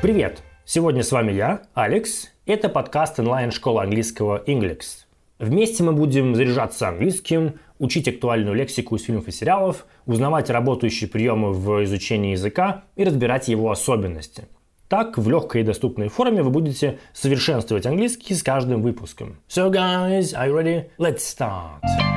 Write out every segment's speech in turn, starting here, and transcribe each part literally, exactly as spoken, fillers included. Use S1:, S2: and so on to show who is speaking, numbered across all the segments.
S1: Привет! Сегодня с вами я, Алекс. Это подкаст онлайн-школы английского Inglix. Вместе мы будем заряжаться английским, учить актуальную лексику из фильмов и сериалов, узнавать работающие приемы в изучении языка и разбирать его особенности. Так, в легкой и доступной форме вы будете совершенствовать английский с каждым выпуском. So guys, are you ready? Let's start!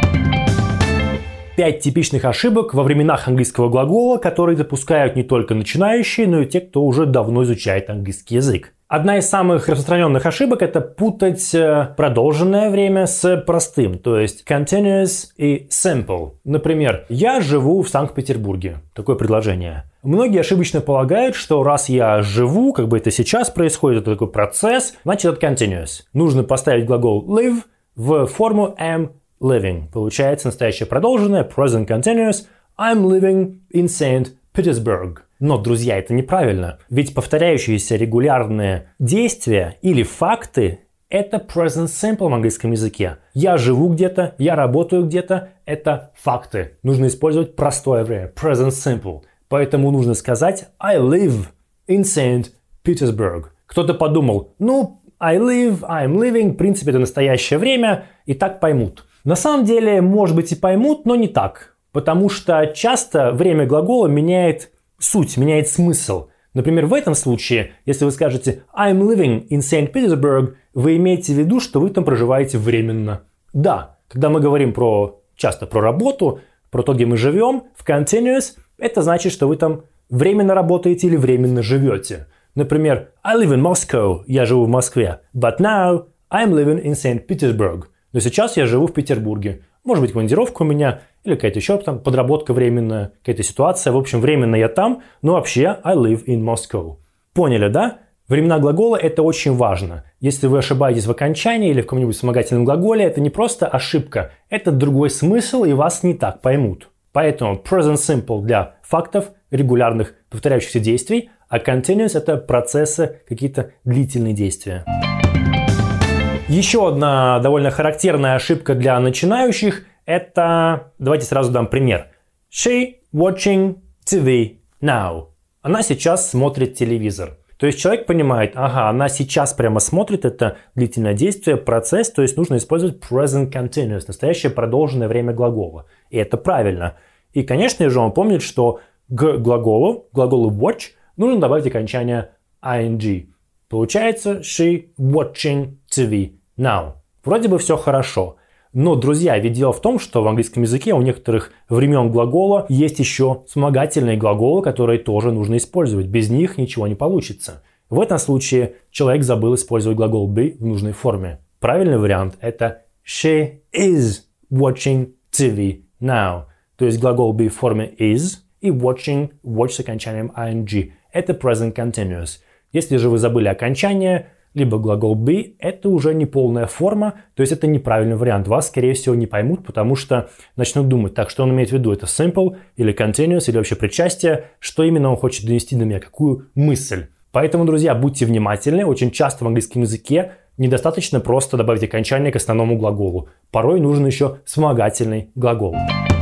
S1: Пять типичных ошибок во временах английского глагола, которые допускают не только начинающие, но и те, кто уже давно изучает английский язык. Одна из самых распространенных ошибок – это путать продолженное время с простым, то есть continuous и simple. Например, «Я живу в Санкт-Петербурге». Такое предложение. Многие ошибочно полагают, что раз я живу, как бы это сейчас происходит, это такой процесс, значит это continuous. Нужно поставить глагол live в форму am living. Получается настоящее продолженное, present continuous. I'm living in Saint-Petersburg. Но, друзья, это неправильно. Ведь повторяющиеся регулярные действия или факты – это present simple в английском языке. Я живу где-то, я работаю где-то – это факты. Нужно использовать простое время, present simple. Поэтому нужно сказать I live in Saint-Petersburg. Кто-то подумал, ну, I live, I'm living, в принципе, это настоящее время, и так поймут. На самом деле, может быть, и поймут, но не так. Потому что часто время глагола меняет суть, меняет смысл. Например, в этом случае, если вы скажете I'm living in Saint-Petersburg, вы имеете в виду, что вы там проживаете временно. Да, когда мы говорим про, часто про работу, про то, где мы живем, в continuous, это значит, что вы там временно работаете или временно живете. Например, I live in Moscow, я живу в Москве, but now I'm living in Saint-Petersburg. Но сейчас я живу в Петербурге. Может быть, командировка у меня или какая-то еще там подработка временная, какая-то ситуация. В общем, временно я там, но вообще I live in Moscow. Поняли, да? Времена глагола – это очень важно. Если вы ошибаетесь в окончании или в каком-нибудь вспомогательном глаголе, это не просто ошибка, это другой смысл, и вас не так поймут. Поэтому present simple для фактов, регулярных повторяющихся действий, а continuous – это процессы, какие-то длительные действия. Еще одна довольно характерная ошибка для начинающих – это… Давайте сразу дам пример. She watching ти ви now. Она сейчас смотрит телевизор. То есть человек понимает, ага, она сейчас прямо смотрит, это длительное действие, процесс, то есть нужно использовать present continuous, настоящее продолженное время глагола. И это правильно. И, конечно же, он помнит, что к глаголу, глаголу watch, нужно добавить окончание ing. Получается she watching ти ви now. Вроде бы все хорошо. Но, друзья, ведь дело в том, что в английском языке у некоторых времен глагола есть еще вспомогательные глаголы, которые тоже нужно использовать. Без них ничего не получится. В этом случае человек забыл использовать глагол be в нужной форме. Правильный вариант – это she is watching ти ви now. То есть глагол be в форме is и watching, watch с окончанием ing. Это present continuous. Если же вы забыли окончание, либо глагол be, это уже не полная форма, то есть это неправильный вариант. Вас, скорее всего, не поймут, потому что начнут думать, так, что он имеет в виду, это simple или continuous, или вообще причастие, что именно он хочет донести до меня, какую мысль. Поэтому, друзья, будьте внимательны, очень часто в английском языке недостаточно просто добавить окончание к основному глаголу. Порой нужен еще вспомогательный глагол.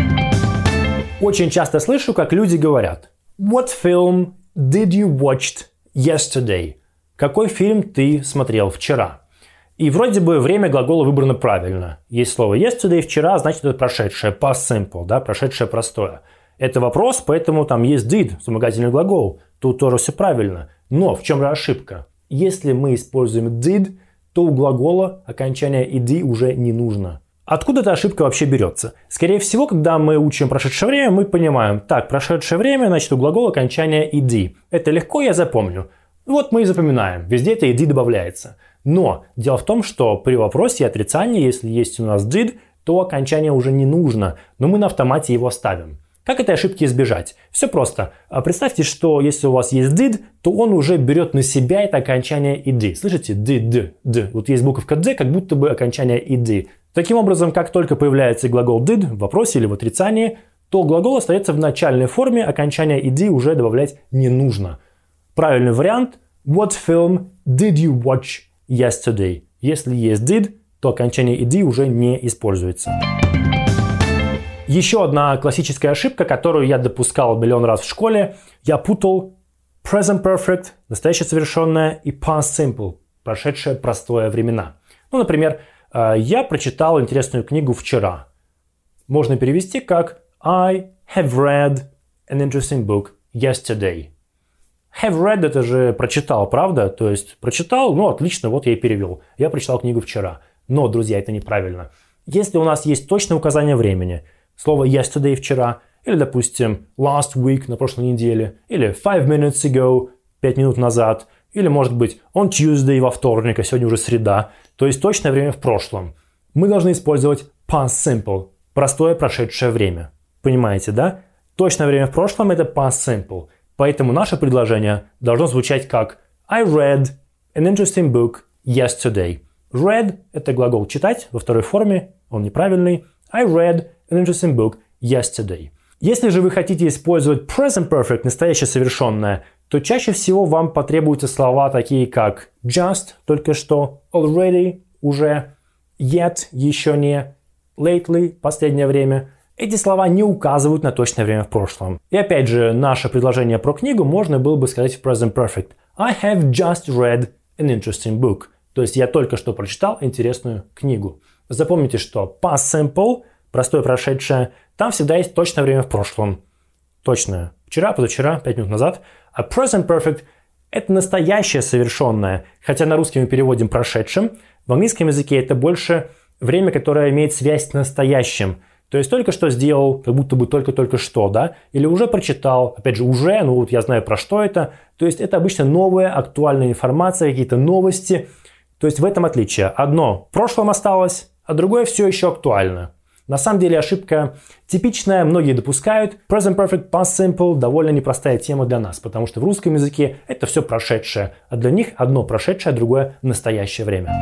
S1: Очень часто слышу, как люди говорят What film did you watch yesterday? Какой фильм ты смотрел вчера? И вроде бы время глагола выбрано правильно. Есть слово yesterday, вчера, значит это прошедшее, past simple, да, прошедшее простое. Это вопрос, поэтому там есть did, вспомогательный глагол. Тут тоже все правильно. Но в чем же ошибка? Если мы используем did, то у глагола окончание ed уже не нужно. Откуда эта ошибка вообще берется? Скорее всего, когда мы учим прошедшее время, мы понимаем, так, прошедшее время, значит у глагола окончание ed. Это легко, я запомню. Вот мы и запоминаем, везде это ed добавляется. Но дело в том, что при вопросе и отрицании, если есть у нас did, то окончание уже не нужно, но мы на автомате его ставим. Как этой ошибки избежать? Все просто. Представьте, что если у вас есть did, то он уже берет на себя это окончание ed. Слышите? Did, d, d. Вот есть буковка d, как будто бы окончание ed. Таким образом, как только появляется глагол did в вопросе или в отрицании, то глагол остается в начальной форме, окончание ed уже добавлять не нужно. Правильный вариант – What film did you watch yesterday? Если есть did, то окончание ed уже не используется. Еще одна классическая ошибка, которую я допускал миллион раз в школе. Я путал present perfect – настоящее совершенное, и past simple – прошедшее простое времена. Ну, например, я прочитал интересную книгу вчера. Можно перевести как I have read an interesting book yesterday. Have read – это же прочитал, правда? То есть прочитал, ну отлично, вот я и перевел. Я прочитал книгу вчера. Но, друзья, это неправильно. Если у нас есть точное указание времени, слово yesterday – вчера, или, допустим, last week – на прошлой неделе, или five minutes ago – пять минут назад, или, может быть, on Tuesday – во вторник, а сегодня уже среда, то есть точное время в прошлом. Мы должны использовать past simple – простое прошедшее время. Понимаете, да? Точное время в прошлом – это past simple. Поэтому наше предложение должно звучать как I read an interesting book yesterday. Read – это глагол «читать» во второй форме, он неправильный. I read an interesting book yesterday. Если же вы хотите использовать present perfect, настоящее совершенное, то чаще всего вам потребуются слова такие как just – только что, already – уже, yet – еще не, lately – последнее время. Эти слова не указывают на точное время в прошлом. И опять же, наше предложение про книгу можно было бы сказать в present perfect. I have just read an interesting book. То есть я только что прочитал интересную книгу. Запомните, что past simple, простое прошедшее, там всегда есть точное время в прошлом. Точное. Вчера, позавчера, пять минут назад. А present perfect – это настоящее совершенное. Хотя на русский мы переводим прошедшим. В английском языке это больше время, которое имеет связь с настоящим. То есть только что сделал, как будто бы только-только что, да? Или уже прочитал, опять же, уже, ну вот я знаю про что это. То есть это обычно новая, актуальная информация, какие-то новости. То есть в этом отличие. Одно в прошлом осталось, а другое все еще актуально. На самом деле ошибка типичная, многие допускают. Present perfect, past simple довольно непростая тема для нас, потому что в русском языке это все прошедшее, а для них одно прошедшее, а другое настоящее время.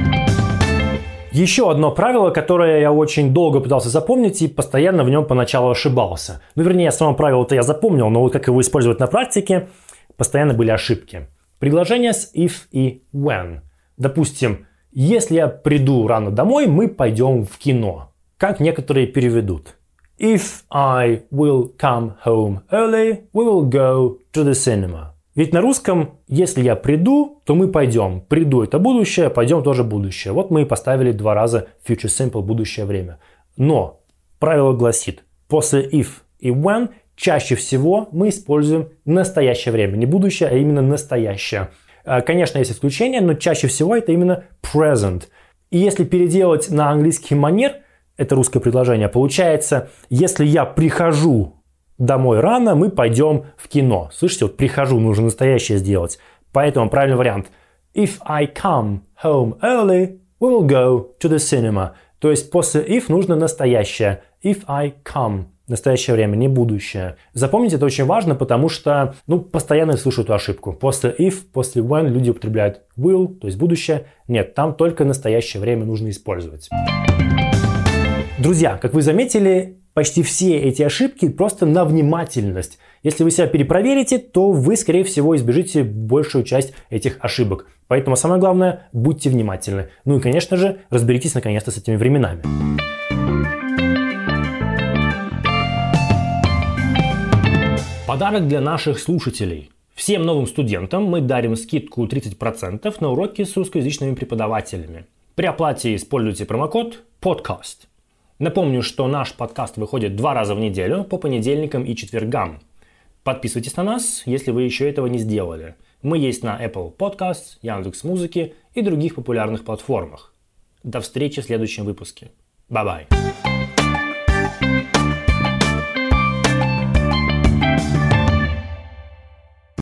S1: Еще одно правило, которое я очень долго пытался запомнить и постоянно в нем поначалу ошибался. Ну, вернее, само правило-то я запомнил, но вот как его использовать на практике, постоянно были ошибки. Предложения с if и when. Допустим, если я приду рано домой, мы пойдем в кино. Как некоторые переведут. If I will come home early, we will go to the cinema. Ведь на русском, если я приду, то мы пойдем. Приду – это будущее, пойдем – тоже будущее. Вот мы и поставили два раза future simple – будущее время. Но правило гласит, после if и when чаще всего мы используем настоящее время. Не будущее, а именно настоящее. Конечно, есть исключения, но чаще всего это именно present. И если переделать на английский манер, это русское предложение, получается, если я прихожу домой рано, мы пойдем в кино. Слышите, вот прихожу, нужно настоящее сделать. Поэтому правильный вариант. If I come home early, we will go to the cinema. То есть после if нужно настоящее. If I come. Настоящее время, не будущее. Запомните, это очень важно, потому что ну, постоянно слышу эту ошибку. После if, после when люди употребляют will, то есть будущее. Нет, там только настоящее время нужно использовать. Друзья, как вы заметили, почти все эти ошибки просто на внимательность. Если вы себя перепроверите, то вы, скорее всего, избежите большую часть этих ошибок. Поэтому самое главное, будьте внимательны. Ну и, конечно же, разберитесь наконец-то с этими временами. Подарок для наших слушателей. Всем новым студентам мы дарим скидку тридцать процентов на уроки с русскоязычными преподавателями. При оплате используйте промокод подкаст. Напомню, что наш подкаст выходит два раза в неделю по понедельникам и четвергам. Подписывайтесь на нас, если вы еще этого не сделали. Мы есть на Apple Podcasts, Яндекс.Музыке и других популярных платформах. До встречи в следующем выпуске. Bye-bye.